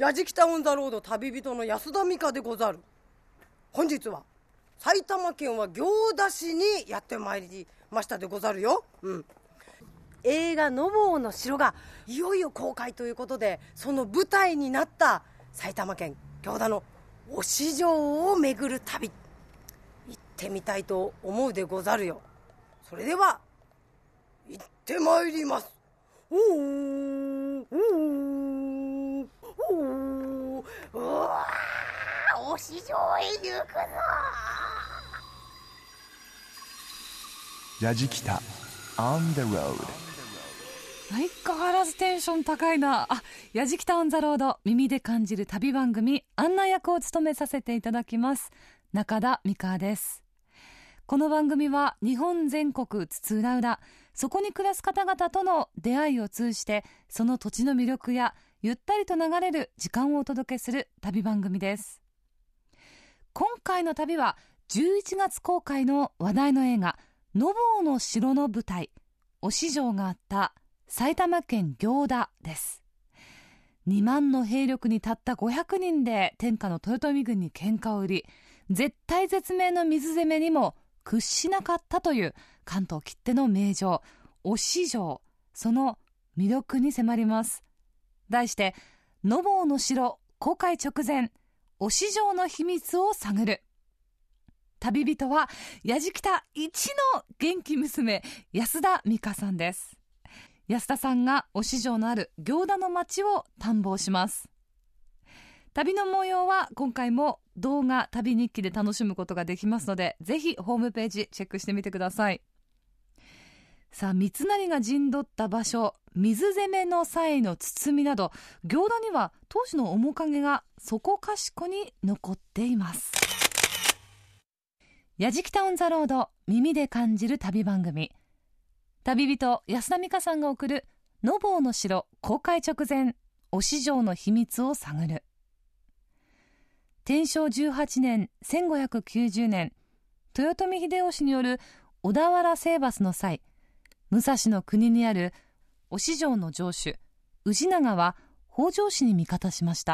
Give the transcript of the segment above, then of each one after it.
やじきたオンザロード旅人の安田美香でござる。本日は埼玉県は行田市にやってまいりましたでござるよ。映画のぼうの城がいよいよ公開ということで、その舞台になった埼玉県行田の忍城を巡る旅、行ってみたいと思うでござるよ。それでは行ってまいります。おーおーおー、うわー、忍城へ行くぞ。 やじきた On the road。 相変わらずテンション高いな。やじきたオンザロード、耳で感じる旅番組、案内役を務めさせていただきます中田美香です。この番組は日本全国津々浦々、そこに暮らす方々との出会いを通じて、その土地の魅力やゆったりと流れる時間をお届けする旅番組です。今回の旅は11月公開の話題の映画のぼうの城の舞台、忍城があった埼玉県行田です。2万の兵力にたった500人で天下の豊臣軍に喧嘩を売り、絶体絶命の水攻めにも屈しなかったという関東きっての名城忍城、その魅力に迫ります。題してのぼうの城公開直前、忍城の秘密を探る。旅人はやじきた一の元気娘、安田美香さんです。安田さんが忍城のある行田の町を探訪します。旅の模様は今回も動画旅日記で楽しむことができますので、ぜひホームページチェックしてみてください。さあ、三成が陣取った場所、水攻めの際の包みなど、行田には当時の面影がそこかしこに残っています。やじきたオンザロード、耳で感じる旅番組、旅人安田美香さんが送るのぼうの城公開直前、忍城の秘密を探る。天正18年1590年、豊臣秀吉による小田原征伐の際、武蔵の国にある忍城の城主氏長は北条氏に味方しました。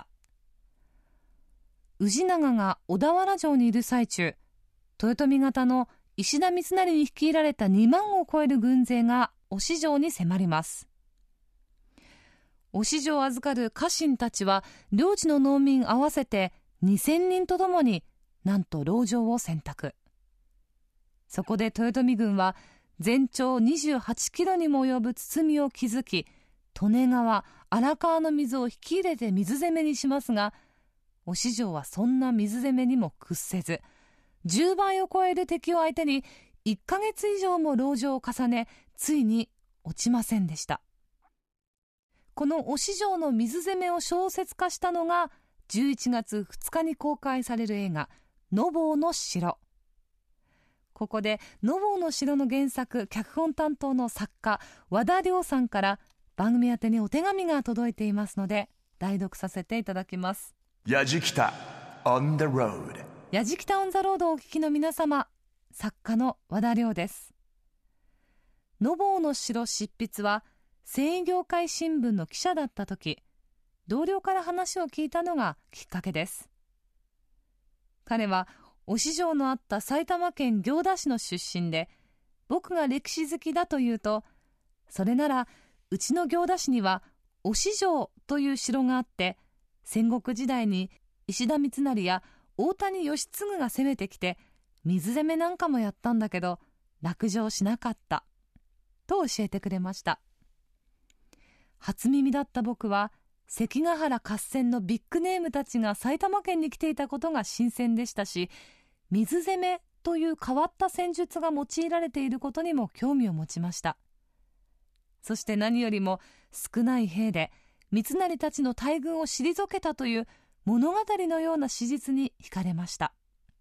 氏長が小田原城にいる最中、豊臣方の石田三成に率いられた2万を超える軍勢が忍城に迫ります。忍城を預かる家臣たちは領地の農民合わせて2000人とともに、なんと籠城を選択。そこで豊臣軍は全長28キロにも及ぶ包みを築き、利根川、荒川の水を引き入れて水攻めにしますが、忍城はそんな水攻めにも屈せず、10倍を超える敵を相手に1ヶ月以上も籠城を重ね、ついに落ちませんでした。この忍城の水攻めを小説化したのが11月2日に公開される映画のぼうの城。ここでのぼうの城の原作脚本担当の作家和田亮さんから番組宛てにお手紙が届いていますので、代読させていただきます。 やじきた On the road。 やじきたオンザロードをお聞きの皆様、作家の和田亮です。のぼうの城執筆は繊維業界新聞の記者だった時、同僚から話を聞いたのがきっかけです。彼は忍城のあった埼玉県行田市の出身で、僕が歴史好きだというと、それならうちの行田市には忍城という城があって、戦国時代に石田三成や大谷義継が攻めてきて水攻めなんかもやったんだけど落城しなかったと教えてくれました。初耳だった僕は、関ヶ原合戦のビッグネームたちが埼玉県に来ていたことが新鮮でしたし、水攻めという変わった戦術が用いられていることにも興味を持ちました。そして何よりも少ない兵で三成たちの大軍を退けたという物語のような史実に惹かれました。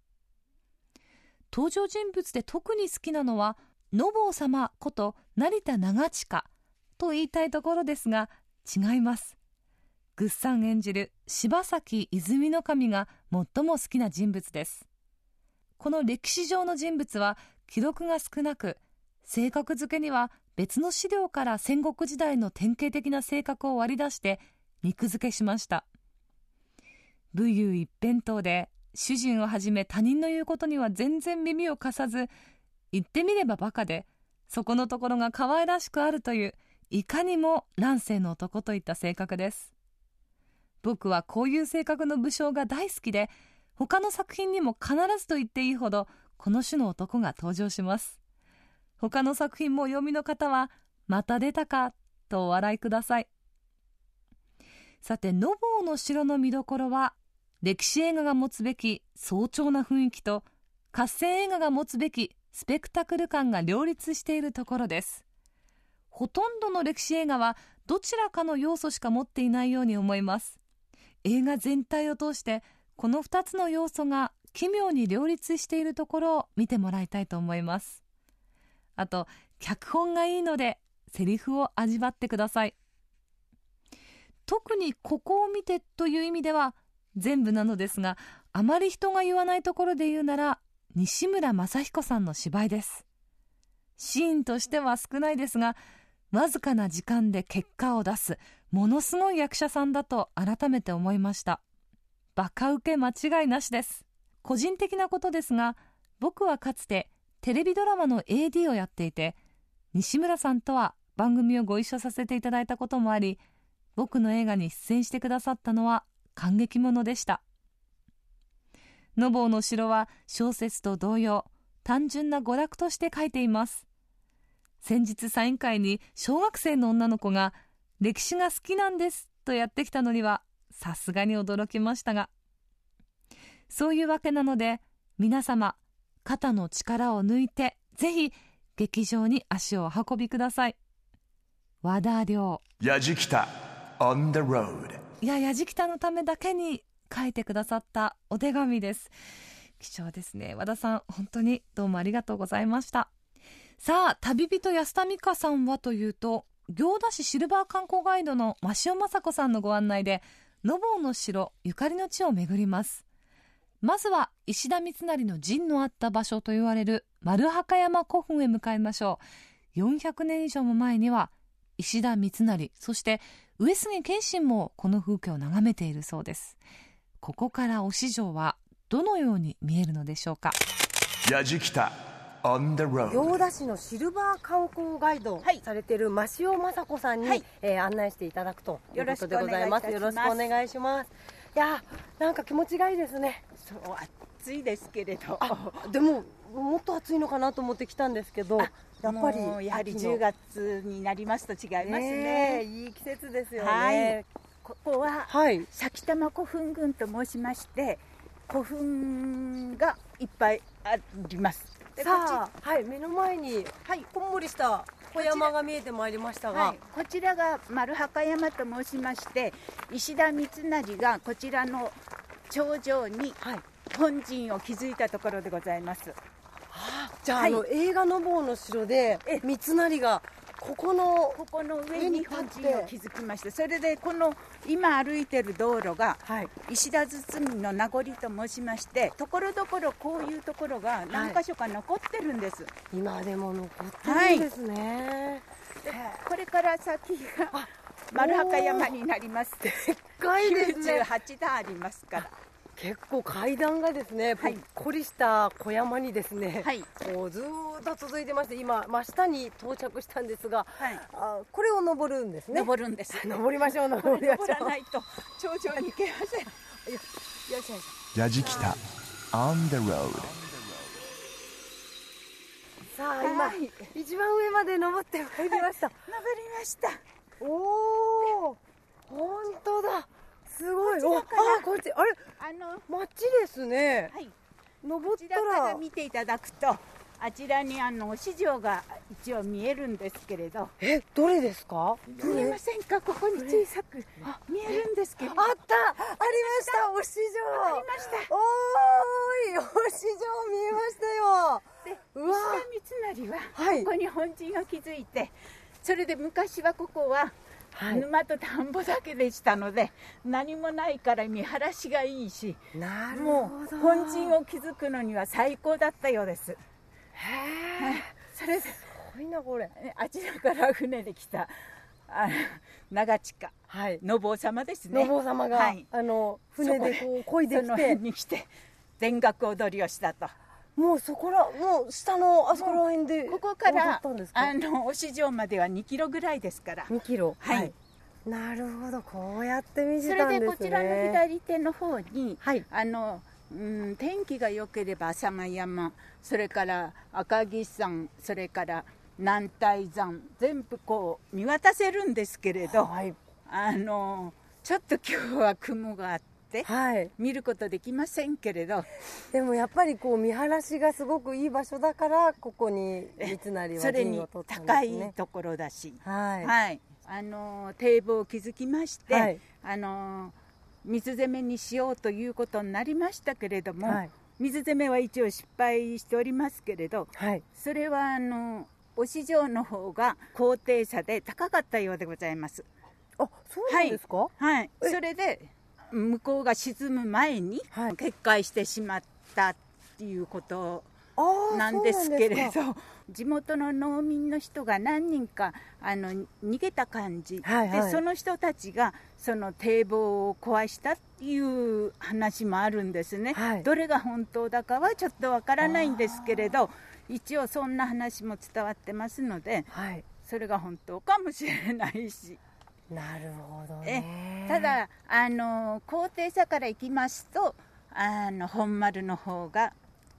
登場人物で特に好きなのはのぼう様こと成田長親と言いたいところですが、違います。ぐっさん演じる柴崎泉守が最も好きな人物です。この歴史上の人物は記録が少なく、性格付けには別の資料から戦国時代の典型的な性格を割り出して肉付けしました。 武勇一辺倒で、主人をはじめ他人の言うことには全然耳を貸さず、言ってみればバカで、そこのところが可愛らしくあるという、いかにも乱世の男といった性格です。僕はこういう性格の武将が大好きで、他の作品にも必ずと言っていいほどこの種の男が登場します。他の作品もお読みの方は、また出たかとお笑いください。さて、のぼうの城の見どころは、歴史映画が持つべき壮長な雰囲気と合戦映画が持つべきスペクタクル感が両立しているところです。ほとんどの歴史映画はどちらかの要素しか持っていないように思います。映画全体を通してこの2つの要素が奇妙に両立しているところを見てもらいたいと思います。あと、脚本がいいのでセリフを味わってください。特にここを見てという意味では全部なのですが、あまり人が言わないところで言うなら、西村雅彦さんの芝居です。シーンとしては少ないですが、わずかな時間で結果を出すものすごい役者さんだと改めて思いました。バカウケ間違いなしです。個人的なことですが、僕はかつてテレビドラマの AD をやっていて、西村さんとは番組をご一緒させていただいたこともあり、僕の映画に出演してくださったのは感激ものでした。のぼうの城は小説と同様、単純な娯楽として書いています。先日サイン会に小学生の女の子が歴史が好きなんですとやってきたのにはさすがに驚きましたが、そういうわけなので、皆様肩の力を抜いてぜひ劇場に足をお運びください。和田亮、 やじきた on the road。 やじきたのためだけに書いてくださったお手紙です。貴重ですね。和田さん、本当にどうもありがとうございました。さあ、旅人安田美香さんはというと、行田市シルバー観光ガイドの増尾雅子さんのご案内で、のぼうの城ゆかりの地を巡ります。まずは石田三成の陣のあった場所と言われる丸墓山古墳へ向かいましょう。400年以上も前には石田三成、そして上杉謙信もこの風景を眺めているそうです。ここから忍城はどのように見えるのでしょうか。 やじきた on the road。 行田市のシルバー観光ガイドされている増尾雅子さんに、案内していただくということでございます。よろしくお願いします。いや、なんか気持ちがいいですね。 そう、暑いですけれど、 でももっと暑いのかなと思ってきたんですけど、やっぱりやはり10月になりますと違いますね。 いい季節ですよね。 はい、ここは、埼玉古墳群と申しまして、古墳がいっぱいあります。 さあ、目の前に、こんもりした小山が見えてまいりましたが、 こちらが丸墓山と申しまして、石田三成がこちらの頂上に本陣を築いたところでございます。 じゃあ、映画のぼうの城で三成がここの上に本陣を築きまして、それでこの今歩いてる道路が石田堤の名残と申しまして、ところどころこういうところが何箇所か残ってるんです。 今でも残ってるんですね。 でこれから先が丸墓山になります。 でっかいですね。 98段ありますから。 結構階段がですね、ぽっこりした小山にですね、こうずーっと続いてまして、今真下に到着したんですが、これを登るんですね。 登るんです。 登りましょう。登りましょう。 登らないと頂上に行けません。よしよし。 やじきた on the road。 さあ、今一番上まで登ってまいりました。 登りました。 おお、本当だ。すごい。こっち、あれ、町ですね。登ったら、 こちらから見ていただくと、あちらに四条が一応見えるんですけれど。 どれですか？ 見えませんか？ここに小さく見えるんですけど。 ありました。お四条。 ありました。 おーい、お四条見えましたよ。 で、石田三成はここに本陣を築いて、それで昔はここは沼と田んぼだけでしたので、何もないから見晴らしがいいし、もう本陣を築くのには最高だったようです。それですごいなこれ。 あちらから船で来た長近、のぼう様ですね。 のぼう様が、船でこう漕いできて、 その辺に来て田楽踊りをしたと。 もうそこら、もう下のあそこら辺でここからったんですか？ 忍城までは2キロぐらいですから。 2キロ。 はい。 なるほど、こうやって見てたんですね。 それでこちらの左手の方に、天気が良ければ浅間山、それから赤城山、それから男体山、全部こう見渡せるんですけれど、ちょっと今日は雲があって、見ることできませんけれど、 でもやっぱりこう見晴らしがすごくいい場所だからここに三成は陣を取ったんですね。 それに高いところだし、堤防を築きまして、水攻めにしようということになりましたけれども、水攻めは一応失敗しておりますけれど、それは忍城の方が高低差で高かったようでございます。 あ、そうなんですか？ それで向こうが沈む前に決壊してしまったっていうことなんですけれど、地元の農民の人が何人か逃げた感じ、でその人たちがその堤防を壊したっていう話もあるんですね。どれが本当だかはちょっとわからないんですけれど、一応そんな話も伝わってますので、それが本当かもしれないし。 なるほどね。 ただ高低差から行きますと本丸の方が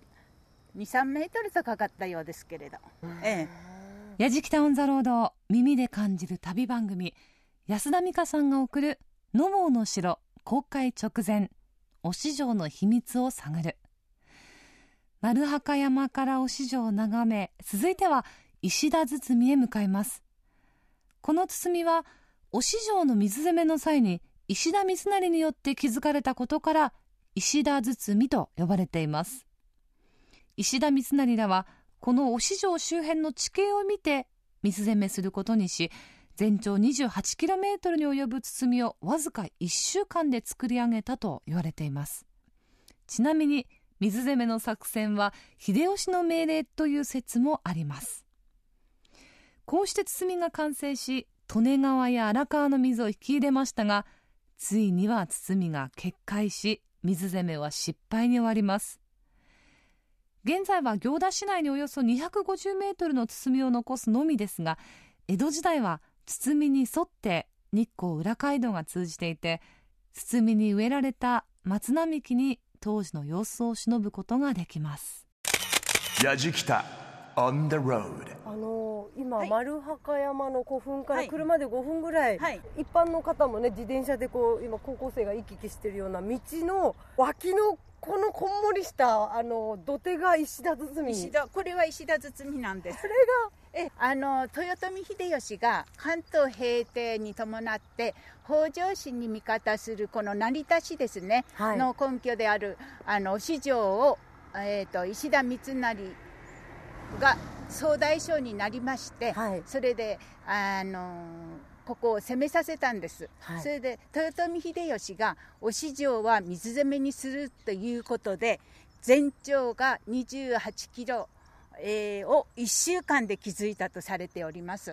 2、3メートルとかかったようですけれど、 やじきたオンザロード、耳で感じる旅番組、安田美香さんが送るのぼうの城公開直前、忍城の秘密を探る。丸墓山から忍城を眺め、続いては石田堤へ向かいます。この堤は忍城の水攻めの際に石田三成によって築かれたことから石田堤と呼ばれています。石田三成らはこの忍城周辺の地形を見て水攻めすることにし、全長 28km に及ぶ堤をわずか1週間で作り上げたと言われています。ちなみに水攻めの作戦は秀吉の命令という説もあります。こうして堤が完成し、利根川や荒川の水を引き入れましたが、ついには堤が決壊し、水攻めは失敗に終わります。現在は行田市内におよそ250メートルの堤を残すのみですが、江戸時代は堤に沿って日光裏街道が通じていて、堤に植えられた松並木に当時の様子を偲ぶことができます。 やじきた on the road。 今、丸墓山の古墳から車で5分ぐらい、一般の方もね、自転車でこう今高校生が行き来してるような道の脇のこのこんもりした土手が石田堤。 これは石田堤なんです。 それが豊臣秀吉が関東平定に伴って北条氏に味方するこの成田市ですね、の根拠である忍城を、石田三成が総大将になりまして、それでここを攻めさせたんです、それで豊臣秀吉が忍城は水攻めにするということで、全長が28キロ、を1週間で築いたとされております。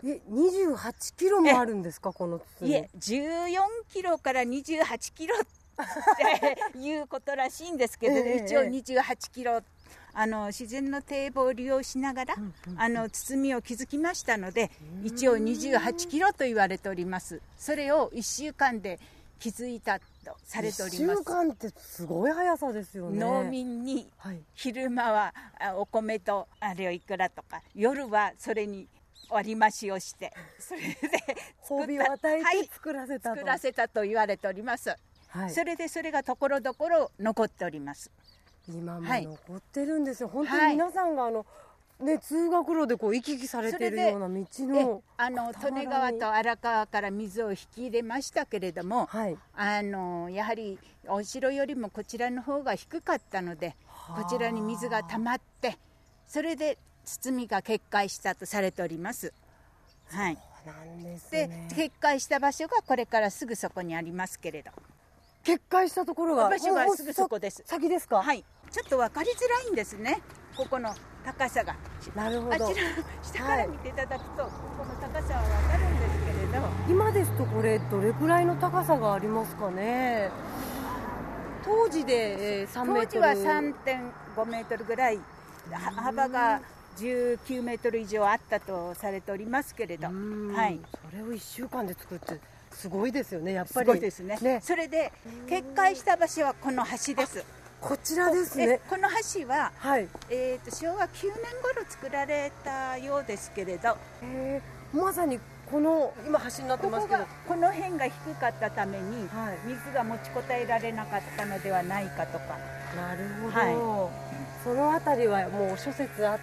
28キロもあるんですか、この堤。 いえ、14キロから28キロっていうことらしいんですけど、一応28キロ自然の堤防を利用しながら、堤を築きましたので、一応28キロと言われております。それを1週間で築いたとされております。 1週間ってすごい速さですよね。 農民に昼間はお米とあれをいくらとか、夜はそれに割り増しをして、それで褒美を与えて作らせたと言われております、それでそれがところどころ残っております。 今も残ってるんですよ、本当に皆さんが通学路でこう行き来されているような道の利根川と荒川から水を引き入れましたけれども、やはりお城よりもこちらの方が低かったので、こちらに水が溜まって、それで堤が決壊したとされております。 そうなんですね。 で決壊した場所がこれからすぐそこにありますけれど、 決壊したところが場所がすぐそこです。 先ですか？ ちょっと分かりづらいんですね、ここの高さが。 なるほど。 あちら下から見ていただくと、この高さは分かるんですけれど、 今ですとこれどれくらいの高さがありますかね。当時で、3メートル、 当時は 3.5 メートルぐらい、幅が19メートル以上あったとされておりますけれど、はい、 それを1週間で作ってすごいですよね。やっぱりすごいですね。それで決壊した場所はこの橋です。 こちらですね。 この橋は、 はい、 昭和9年頃作られたようですけれど、 まさにこの今橋になってますけど、 この辺が低かったために、水が持ちこたえられなかったのではないかとか。 なるほど、そのあたりはもう諸説あって、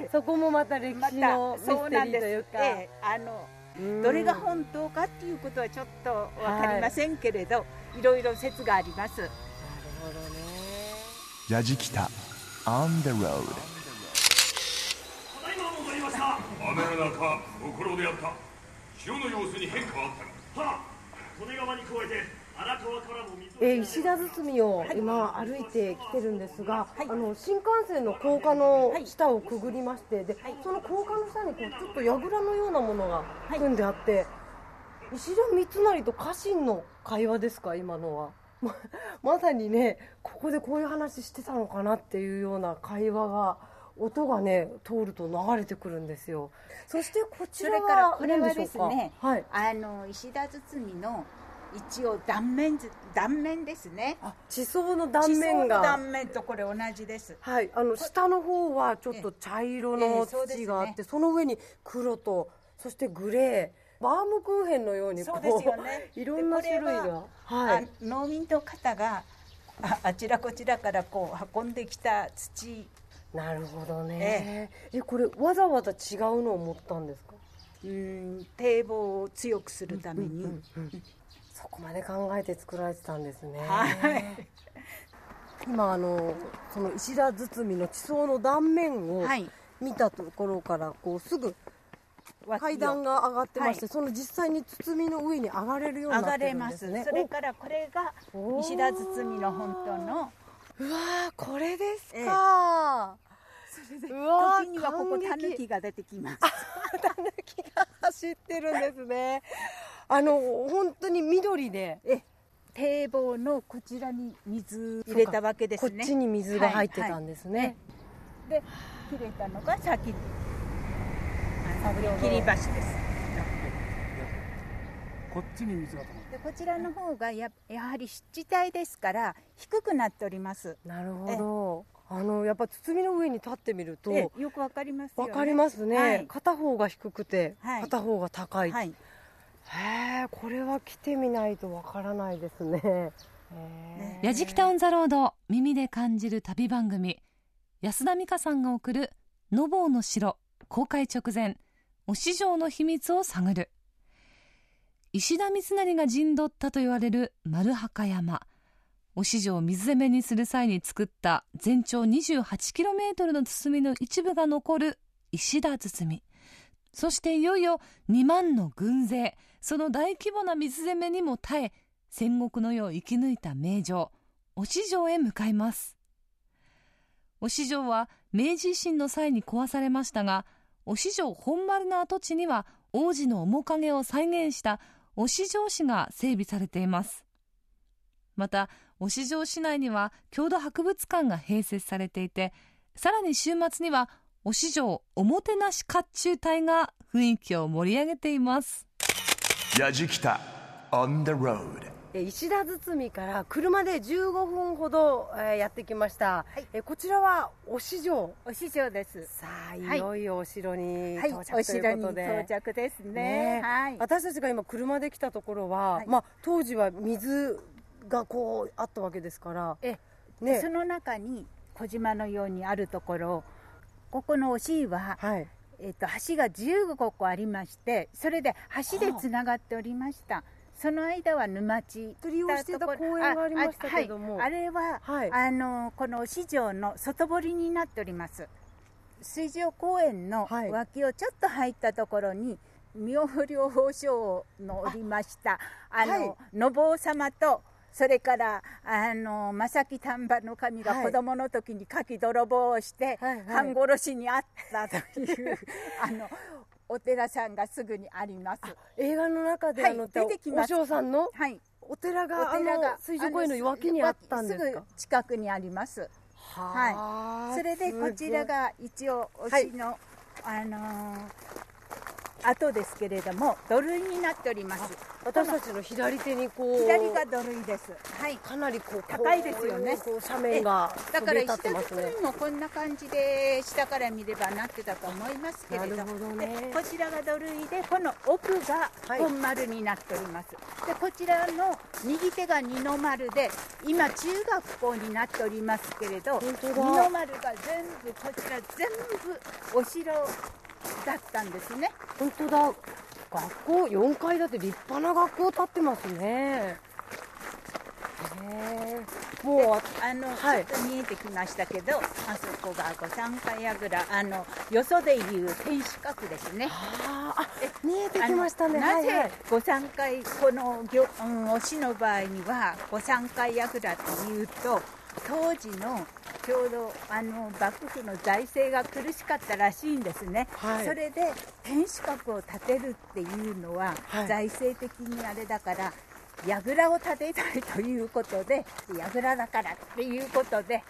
そこもまた歴史のミステリーというか、 どれが本当かっていうことはちょっと分かりませんけれど、いろいろ説があります。なるほどね。 やじきた On the road。 ただいま戻りました。雨の中ご苦労であった。潮の様子に変化はあったが。はあ、利根川に加えて荒川からも水石田堤を今歩いてきてるんですが、新幹線の高架の下をくぐりまして、でその高架の下にこうちょっと櫓のようなものが組んであって、石田三成と家臣の会話ですか、今のは。まさにね、ここでこういう話してたのかなっていうような会話が、音がね通ると流れてくるんですよ。そしてこちらはこれはですね、 はい、 石田堤の一応断面ですね。 地層の断面が、 地層の断面とこれ同じです。 はい、下の方はちょっと茶色の土があって、その上に黒と、そしてグレー、バームクーヘンのようにこう、 そうですよね、 いろんな種類が、 農民の方があちらこちらからこう運んできた土。 なるほどね。これわざわざ違うのを持ったんですか。 堤防を強くするために、 そこまで考えて作られてたんですね。 はい、 今その石田堤の地層の断面を見たところからこうすぐ階段が上がってまして、その実際に包みの上に上がれるようになってるんですね。 それからこれが石田堤の本当の、 うわー、これですか。 それで時にはここタヌキが出てきます。 タヌキが走ってるんですね。本当に緑で、 堤防のこちらに水入れたわけですね。 こっちに水が入ってたんですね。 で切れたのが先に切り橋です。 こっちに水が溜まって、 こちらの方がやはり湿地帯ですから低くなっております。 なるほど。やっぱ包みの上に立ってみるとよくわかりますよね。 わかりますね。片方が低くて、片方が高い。これは来てみないとわからないですね。 やじきたオンザロード、耳で感じる旅番組、安田美香さんが送るのぼうの城、公開直前、忍城の秘密を探る。石田三成が陣取ったと言われる丸墓山、忍城を水攻めにする際に作った全長 28km の堤の一部が残る石田堤。そしていよいよ2万の軍勢、その大規模な水攻めにも耐え、戦国の世を生き抜いた名城忍城へ向かいます。忍城は明治維新の際に壊されましたが、忍城本丸の跡地には王子の面影を再現した忍城市が整備されています。また忍城市内には郷土博物館が併設されていて、さらに週末には忍城おもてなし甲冑隊が雰囲気を盛り上げています。 やじきた On the road。 石田堤から車で15分ほどやってきました。こちらは忍城。 忍城です。 さあ、いよいよお城に到着ということで。 お城に到着ですね。 私たちが今車で来たところは、当時は水がこうあったわけですから、 その中に小島のようにあるところ、ここの押井は、橋が15個ありまして、それで橋でつながっておりました。その間は沼地利用してた公園がありましたけども、 あれは、この忍城の外堀になっております。水上公園の脇をちょっと入ったところに、妙両方将のおりましたのぼう様と、それから正木丹波の神が子供の時に火器泥棒をして、半殺しにあったというお寺さんがすぐにあります。 映画の中で出てきますお嬢さんのお寺が水上公園の脇にあったんですか？ すぐ近くにあります。それでこちらが一応推しの、跡ですけれども、土塁になっております。 私たちの左手に左が土塁です。 かなり高いですよね。 斜面がだから立って石ますね。 畳もこんな感じで下から見ればなってたと思いますけれど、 なるほどね。 でこちらが土塁で、この奥が本丸になっております。でこちらの右手が二の丸で、今中学校になっておりますけれど、二の丸が全部こちら全部お城だったんですね。 本当だ。学校4階だって立派な学校建ってますね。もうちょっと見えてきましたけど、あそこが御三階櫓、よそでいう天守閣ですね。 見えてきましたね。 なぜ御三階、このお市の場合には御三階櫓というと、当時のちょうど幕府の財政が苦しかったらしいんですね。それで天守閣を建てるっていうのは、財政的にあれだから櫓を建てたいということで、櫓だからっていうことで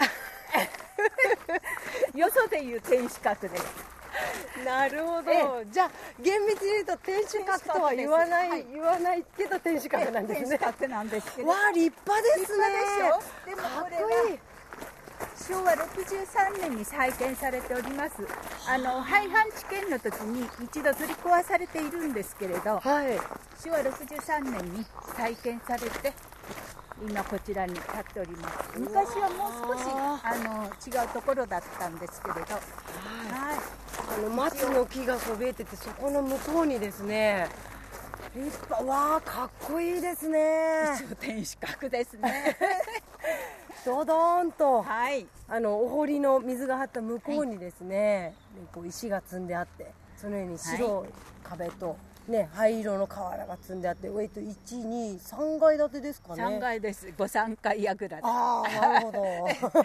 よそでいう天守閣です。 なるほど。じゃあ厳密に言うと天守閣とは言わないけど天守閣なんですね。 天守閣なんですけど。 わあ、立派ですね。 でもこれは昭和63年に再建されております。廃藩置県の時に一度取り壊されているんですけれど、昭和63年に再建されて今こちらに立っております。昔はもう少し違うところだったんですけれど、 松の木がそびえてて、そこの向こうにですね、立派、わあ、かっこいいですね。 一応天守閣ですね。 ドドーンと、お堀の水が張った向こうにですね、こう石が積んであって、その上に白い壁と、灰色の瓦が積んであって、1、2、3階建てですかね。 3階です。御三階櫓です。 なるほど。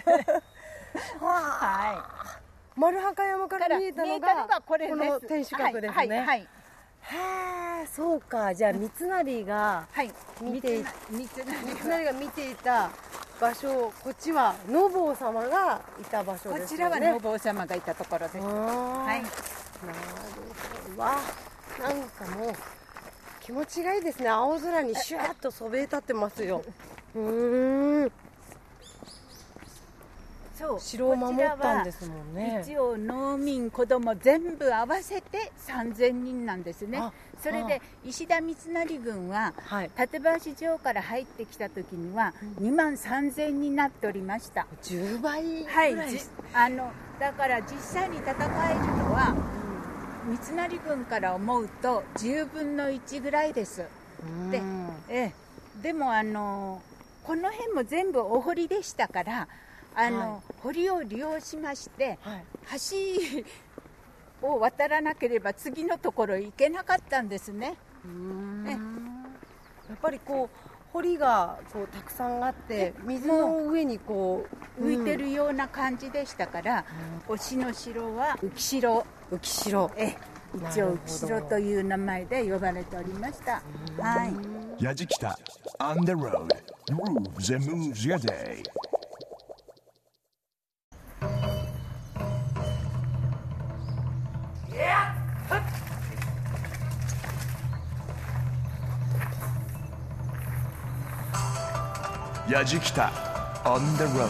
丸墓山から見えたのがこれです。 この天守閣ですね。そうか。じゃあ三成が見ていた場所、こっちはのぼう様がいた場所ですよね。 こちらはのぼう様がいたところです。 なるほど。わ、なんかもう気持ちがいいですね。青空にシューッとそびえ立ってますよ。 そう、 城を守ったんですもんね。 一応農民子供全部合わせて3000人なんですね。それで石田三成軍は館林城から入ってきた時には2万3000になっておりました。 10倍ぐらいです。 だから実際に戦えるのは三成軍から思うと10分の1ぐらいです。でもこの辺も全部お堀でしたから、堀を利用しまして、橋を渡らなければ次のところ行けなかったんですね。 やっぱりこう堀がたくさんあって、水の上に浮いてるような感じでしたから、推しの城は浮城。一応浮城という名前で呼ばれておりました。 やじきた on the road grooves and moves your day。やじきた on the road。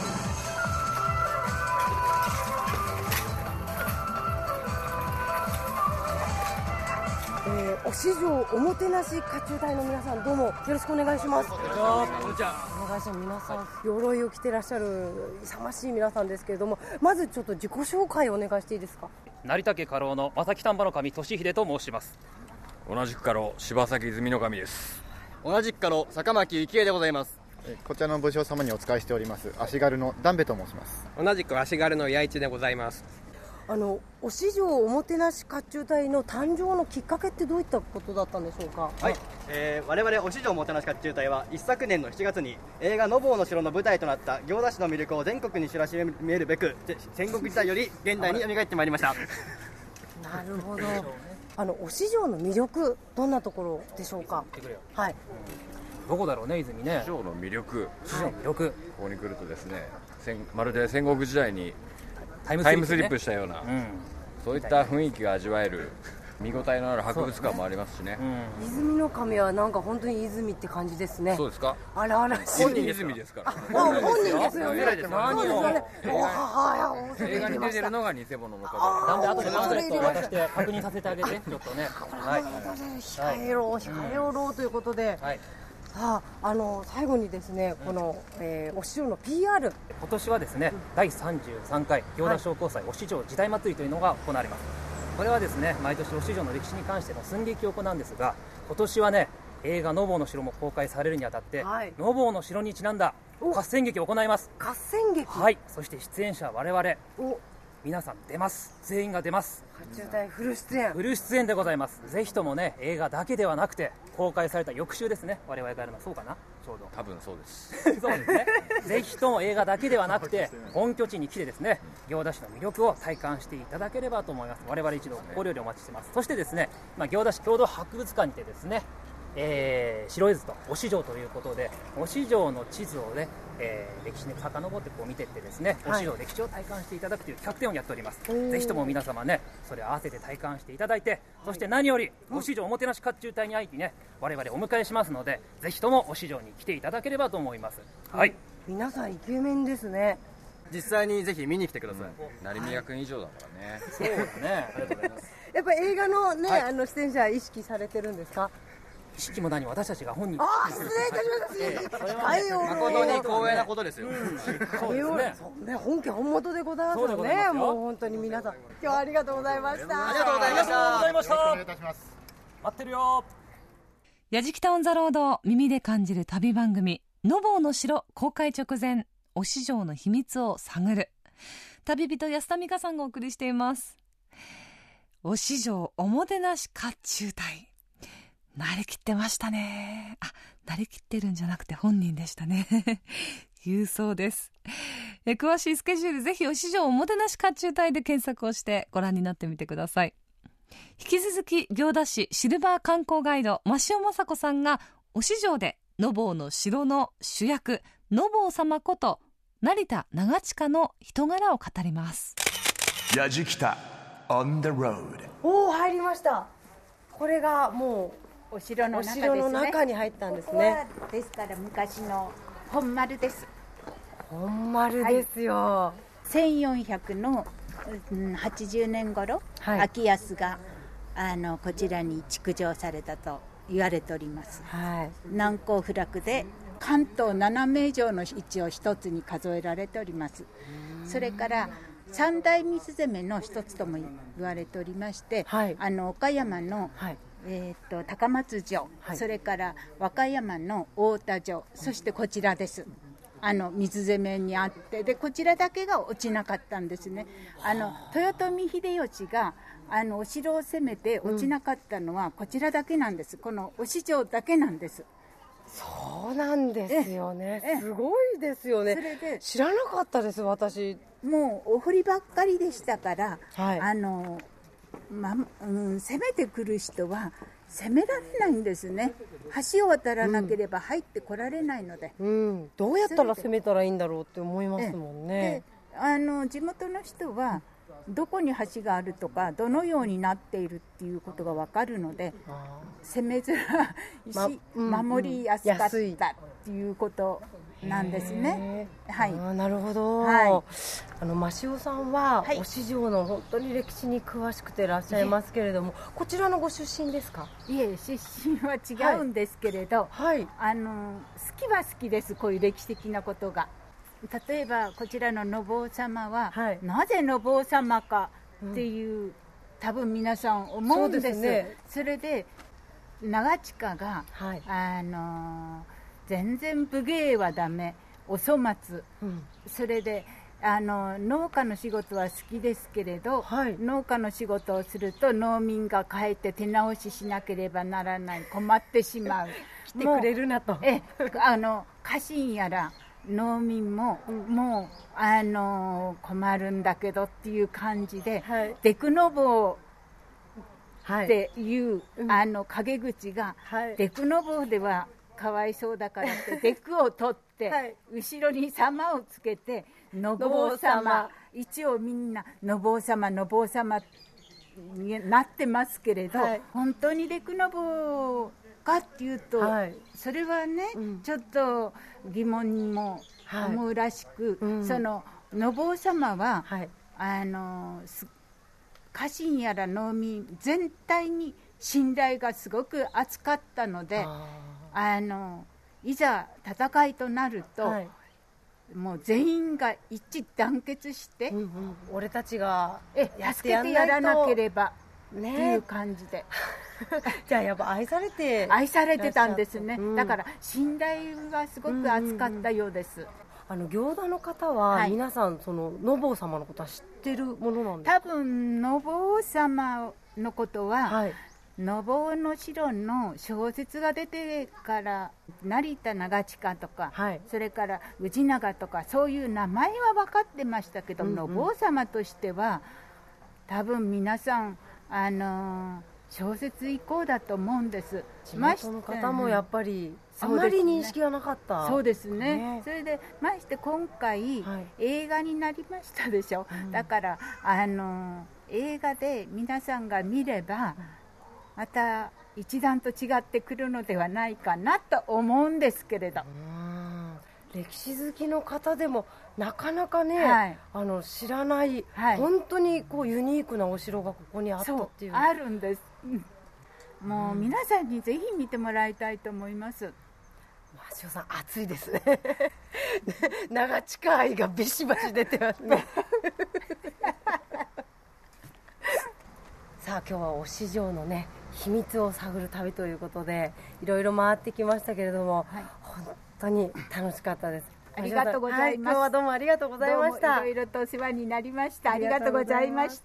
お市場おもてなし甲冑隊の皆さん、どうもよろしくお願いします。お願いします。皆さん鎧を着てらっしゃる勇ましい皆さんですけれども、まずちょっと自己紹介をお願いしていいですか。 成竹家老の正木丹波の神俊秀と申します。 同じく家老柴崎泉の神です。 同じく家老坂巻幸恵でございます。 こちらの武将様にお仕えしております足軽のダンベと申します。 同じく足軽の八一でございます。 お市場おもてなし甲冑隊の誕生のきっかけってどういったことだったんでしょうか。 はい、我々お市場おもてなし甲冑隊は一昨年の7月に映画のぼうの城の舞台となった行田市の魅力を全国に知らしめるべく戦国時代より現代に蘇ってまいりました。 なるほど。 お市場の魅力どんなところでしょうか。はい、 どこだろうね、泉ね。 市場の魅力、 ここに来るとですね、まるで戦国時代にタイムスリップしたような、そういった雰囲気が味わえる見応えのある博物館もありますしね。 泉の神はなんか本当に泉って感じですね。 そうですか。 あららしい。 本人泉ですから。 本人ですよね。 そうですよね。 映画に出てるのが偽物の方。 なんで後でパンフレットを渡して確認させてあげて、ちょっとね。 控えろということで。さあ、最後にですね、この、お市場の PR。 今年はですね、第33回行田商工祭お市場時代祭りというのが行われます。これはですね、毎年お市場の歴史に関しての寸劇を行うんですが、今年はね、映画のぼうの城も公開されるにあたって、のぼうの城にちなんだ合戦劇を行います。 合戦劇。 はい。そして出演者は我々皆さん出ます。全員が出ます。 甲冑隊フル出演でございます。ぜひともね、映画だけではなくて公開された翌週ですね、我々がやるのはそうかな、ちょうど多分そうですそうですねぜひとも映画だけではなくて本拠地に来てですね、行田市の魅力を体感していただければと思います。我々一度ご料理お待ちしてます。そしてですね、行田市共同博物館にてですね、白絵図とお市場ということで、お市場の地図をね、歴史に遡ってこう見ていってですね、お市場の歴史を体感していただくという企画展をやっております。ぜひとも皆様ね、それを合わせて体感していただいて、そして何よりお市場おもてなし甲冑隊に会いにね、我々お迎えしますので、ぜひともお市場に来ていただければと思います。はい、 皆さんイケメンですね。 実際にぜひ見に来てください。 成宮君以上だからね。 そうだね。ありがとうございます。 やっぱ映画のね、出演者意識されてるんですか。 意識も何も私たちが本人。 失礼いたしました。 誠に光栄なことですよ。 そうですね。本家本元でございますよね。もう本当に皆さん、今日はありがとうございました。 ありがとうございました。 お願いいたします。待ってるよ。 やじきたオンザロード、耳で感じる旅番組、のぼうの城公開直前、お市場の秘密を探る。旅人安田美香さんがお送りしています。お市場おもてなし甲冑隊。慣れきってましたね。慣れきってるんじゃなくて本人でしたね。郵送です。詳しいスケジュール、ぜひお市場おもてなし甲冑隊で検索をしてご覧になってみてください。引き続き行田市シルバー観光ガイド増尾雅子さんがお市場でのぼうの城の主役のぼう様こと成田長近の人柄を語ります。 やじきた on the road。 入りました。これがもうお城の中ですね。 お城の中に入ったんですね。 ここはですから昔の本丸です。 本丸ですよ。 1400の80年頃、秋康がこちらに築城されたと言われております。難攻不落で関東7名城の一応一つに数えられております。それから三大水攻めの一つとも言われておりまして、岡山の、高松城、それから和歌山の太田城、そしてこちらです。水攻めにあって、でこちらだけが落ちなかったんですね。豊臣秀吉がお城を攻めて落ちなかったのはこちらだけなんです。このお市場だけなんです。 そうなんですよね。すごいですよね。それで知らなかったです。私もうお堀ばっかりでしたから、攻めてくる人は攻められないんですね。橋を渡らなければ入ってこられないので、 どうやったら攻めたらいいんだろうって思いますもんね。 で地元の人はどこに橋があるとかどのようになっているっていうことが分かるので、攻めづらいし、守りやすかったっていうことなんですね。 なるほど。増尾さんはお市場の本当に歴史に詳しくていらっしゃいますけれども、こちらのご出身ですか？ いえ、出身は違うんですけれど、好きは好きです。こういう歴史的なことが。例えばこちらののぼう様は、なぜのぼう様かっていう、多分皆さん思うんです。それで長近が、全然武芸はダメ、お粗末、それで農家の仕事は好きですけれど、農家の仕事をすると農民が帰って手直ししなければならない、困ってしまう来てくれるなと。 家臣やら農民も、もう困るんだけどっていう感じで、デクノボっていう、陰口が、デクノボーではかわいそうだからってデクを取って、後ろに様をつけてのぼう様、一応みんなのぼう様になってますけれど、本当にデクノボーかっていうと、それはね、ちょっと疑問にも思うらしく、そののぼう様は、家臣やら農民全体に信頼がすごく厚かったので、いざ戦いとなると、もう全員が一致団結して、 俺たちが助けてやらなければっていう感じでじゃあやっぱ愛されてたんですね、だから信頼はすごく厚かったようです。 行田の方は皆さんそののぼう様のことは知ってるものなんですか？ 多分のぼう様のことは、のぼうの城の小説が出てから成田長近とか、それから氏長とかそういう名前は分かってましたけど、のぼう様としては多分皆さん小説以降だと思うんです。 地元の方もやっぱりあまり認識がなかった。 そうですね。それでまして今回、映画になりましたでしょ、だから映画で皆さんが見ればまた一段と違ってくるのではないかなと思うんですけれど、 歴史好きの方でもなかなかね、知らない、本当にこうユニークなお城がここにあったっていう。 あるんです、もう皆さんにぜひ見てもらいたいと思います。 橋尾さん熱いですね長近愛がビシバシ出てますねさあ今日は忍城のね秘密を探る旅ということでいろいろ回ってきましたけれども、本当に楽しかったです。 ありがとうございます。 今日はどうもありがとうございました。 いろいろとお世話になりました。ありがとうございました。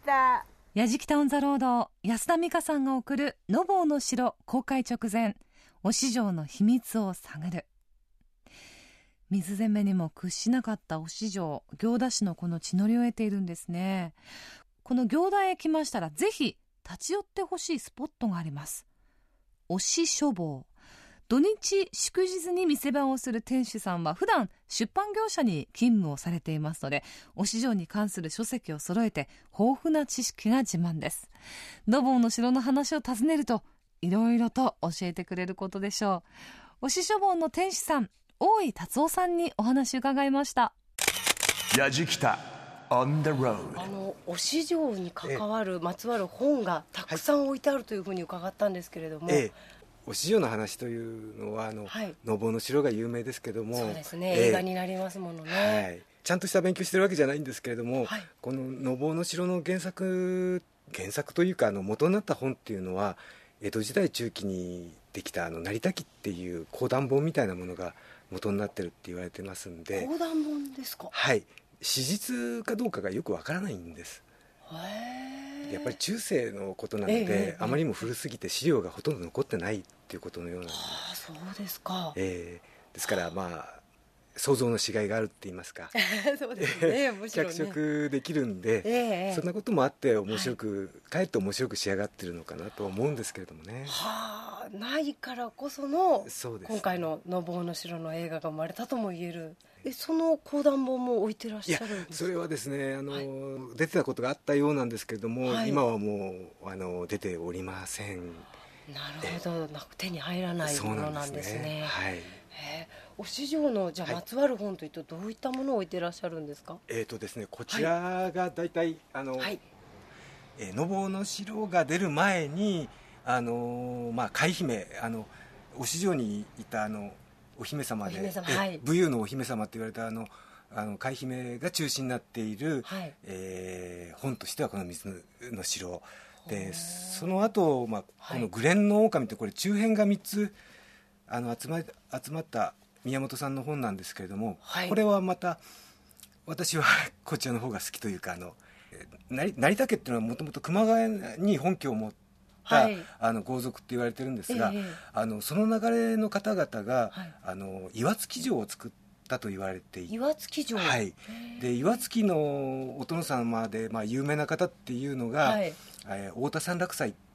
やじきたオンザロード、安田美香さんが送るのぼうの城公開直前、忍城の秘密を探る。水攻めにも屈しなかった忍城、行田市のこの地の利を得ているんですね。この行田へ来ましたらぜひ立ち寄ってほしいスポットがあります。忍書房。土日祝日に店番をする店主さんは普段出版業者に勤務をされていますので、忍城に関する書籍を揃えて豊富な知識が自慢です。のぼうの城の話を尋ねるといろいろと教えてくれることでしょう。忍書房の店主さん、大井達夫さんにお話を伺いました。 やじきた on the road。 忍城に関わるまつわる本がたくさん置いてあるというふうに伺ったんですけれども、 忍城の話というのはのぼうの城が有名ですけども、 そうですね、映画になりますものね、 ちゃんとした勉強してるわけじゃないんですけれども、こののぼうの城の原作というか元になった本っていうのは江戸時代中期にできた成田記っていう講談本みたいなものが元になってるって言われてますんで。 講談本ですか？ はい、史実かどうかがよくわからないんです。やっぱり中世のことなので、あまりにも古すぎて資料がほとんど残ってないっていうことのようなんです。 そうですか。 ですから想像のしがいがあるって言いますかそうですね、むしろね、 脚色できるんで、そんなこともあってかえって面白く仕上がってるのかなと思うんですけれどもね。 ないからこその今回ののぼうの城の映画が生まれたとも言える。その講談本も置いてらっしゃるんですか？ それはですね、出てたことがあったようなんですけれども、今はもう出ておりません。 なるほど、手に入らないものなんですね。忍城のじゃあまつわる本というとどういったものを置いてらっしゃるんですか？ ですね、こちらがだいたいのぼうの城が出る前に海姫忍城にいたお姫様で武勇のお姫様って言われた海姫が中心になっている、本としてはこの水の城で、その後、このグレンの狼ってこれ中編が3つ集まった宮本さんの本なんですけれども、これはまた私はこちらの方が好きというか成田家っていうのはもともと熊谷に本拠を持った豪族って言われてるんですが、その流れの方々が、岩槻城を作ったと言われていて、 岩槻城、 で岩槻のお殿様で、有名な方っていうのが、太田三楽斎っ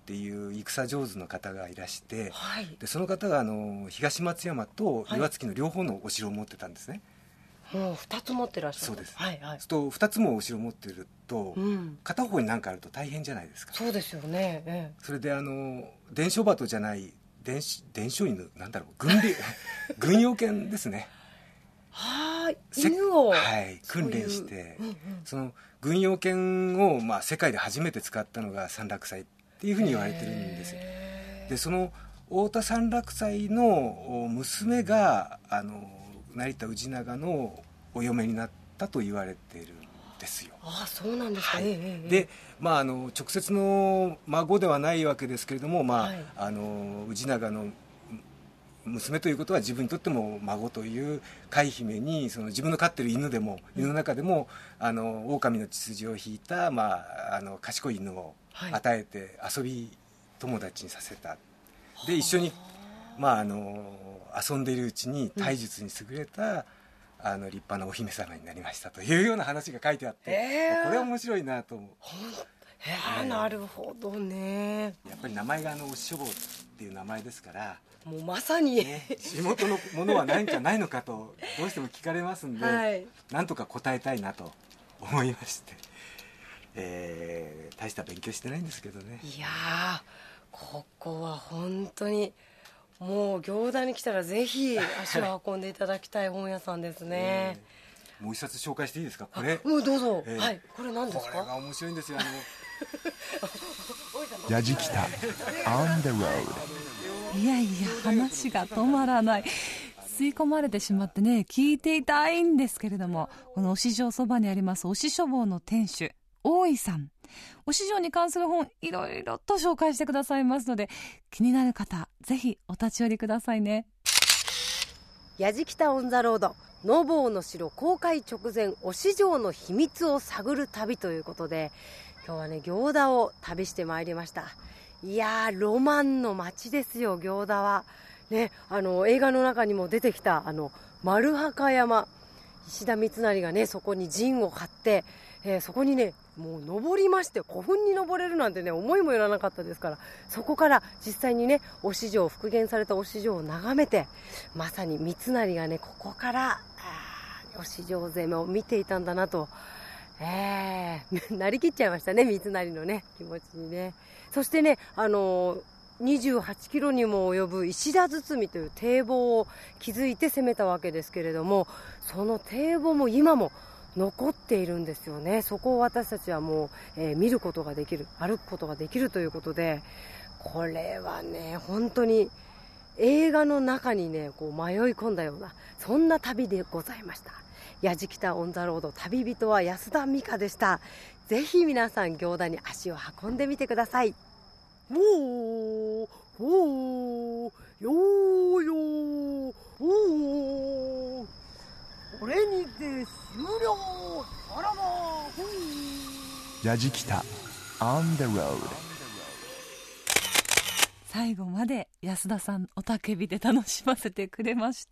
っていう戦上手の方がいらして、 はい、 でその方が東松山と岩槻の両方のお城を持ってたんですね。 もう2つ持ってらっしゃる。 そうです、 はいはい、 と2つもお城を持ってると、片方に何かあると大変じゃないですか。 そうですよね、 それで伝書鳩じゃない伝書犬、なんだろう、軍用犬ですね。 犬を、 訓練して、その軍用犬を、世界で初めて使ったのが三楽斎っていうふうに言われてるんですよ。でその太田三楽斎の娘が成田氏長のお嫁になったと言われているんですよ。 そうなんですか。 で、直接の孫ではないわけですけれども、氏長の娘ということは自分にとっても孫という海姫に、その自分の飼ってる犬の中でも狼の血筋を引いた、賢い犬を与えて遊び友達にさせた。で一緒に、遊んでいるうちに体術に優れた、立派なお姫様になりましたというような話が書いてあって、これは面白いなと思う。 なるほどね。 やっぱり名前がお師匠坊っていう名前ですから、 もうまさに、 地元のものは何かないのかとどうしても聞かれますんで、なんとか答えたいなと思いまして、大した勉強してないんですけどね。 いやー、ここは本当にもう行田に来たらぜひ足を運んでいただきたい本屋さんですね。 もう一冊紹介していいですか。これもうどうぞ。これ何ですか。 これが面白いんですよ。 やじきた On the road。 いやいや、話が止まらない。吸い込まれてしまってね、聞いていたいんですけれども、この忍城そばにあります忍書房の店主大井さん、忍城に関する本いろいろと紹介してくださいますので、気になる方ぜひお立ち寄りくださいね。 やじきたオンザロード、のぼうの城公開直前、忍城の秘密を探る旅ということで、今日はね、行田を旅してまいりました。いやー、ロマンの街ですよ、行田はね。映画の中にも出てきた丸墓山、石田三成がねそこに陣を張って、そこにねもう登りまして、古墳に登れるなんてね思いもよらなかったですから、そこから実際にね忍城、復元された忍城を眺めて、まさに三成がねここから忍城攻めを見ていたんだなと、なりきっちゃいましたね、三成のね気持ちにね。そしてね28キロにも及ぶ石田堤という堤防を築いて攻めたわけですけれども、その堤防も今も残っているんですよね。そこを私たちはもう、見ることができる、歩くことができるということで、これはね本当に映画の中にねこう迷い込んだような、そんな旅でございました。やじきたオンザロード、旅人は安田美香でした。ぜひ皆さん行田に足を運んでみてください。おーおーよーよーおー、これにて終了。あらまやじきた On the road。 最後まで安田さんおたけびで楽しませてくれました。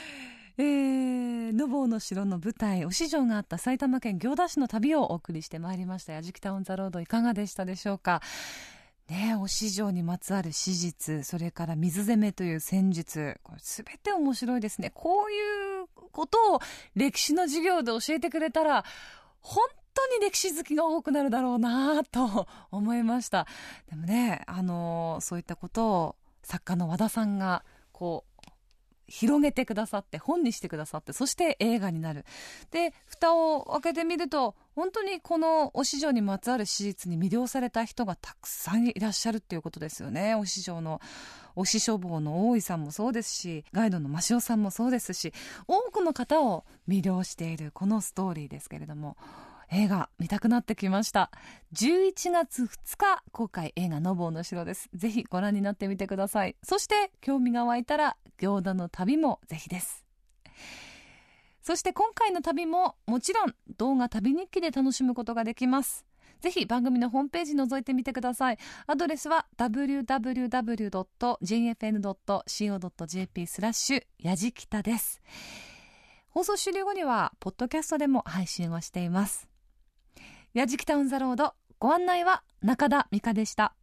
のぼうの城の舞台、忍城があった埼玉県行田市の旅をお送りしてまいりました。やじきたオンザロード、いかがでしたでしょうかね。忍城にまつわる史実、それから水攻めという戦術、これ全て面白いですね。こういうことを歴史の授業で教えてくれたら本当に歴史好きが多くなるだろうなと思いました。でもね、そういったことを作家の和田さんがこう広げてくださって、本にしてくださって、そして映画になる。で蓋を開けてみると、本当にこの忍城にまつわる史実に魅了された人がたくさんいらっしゃるっていうことですよね。忍城の忍書房の大井さんもそうですし、ガイドの増尾さんもそうですし、多くの方を魅了しているこのストーリーですけれども、映画見たくなってきました。11月2日公開、映画のぼうの城です。ぜひご覧になってみてください。そして興味が湧いたら行田の旅もぜひです。そして今回の旅ももちろん動画旅日記で楽しむことができます。ぜひ番組のホームページ覗いてみてください。アドレスは www.jfn.co.jp やじきたです。放送終了後にはポッドキャストでも配信をしています。やじきたオンザロード、ご案内は中田美香でした。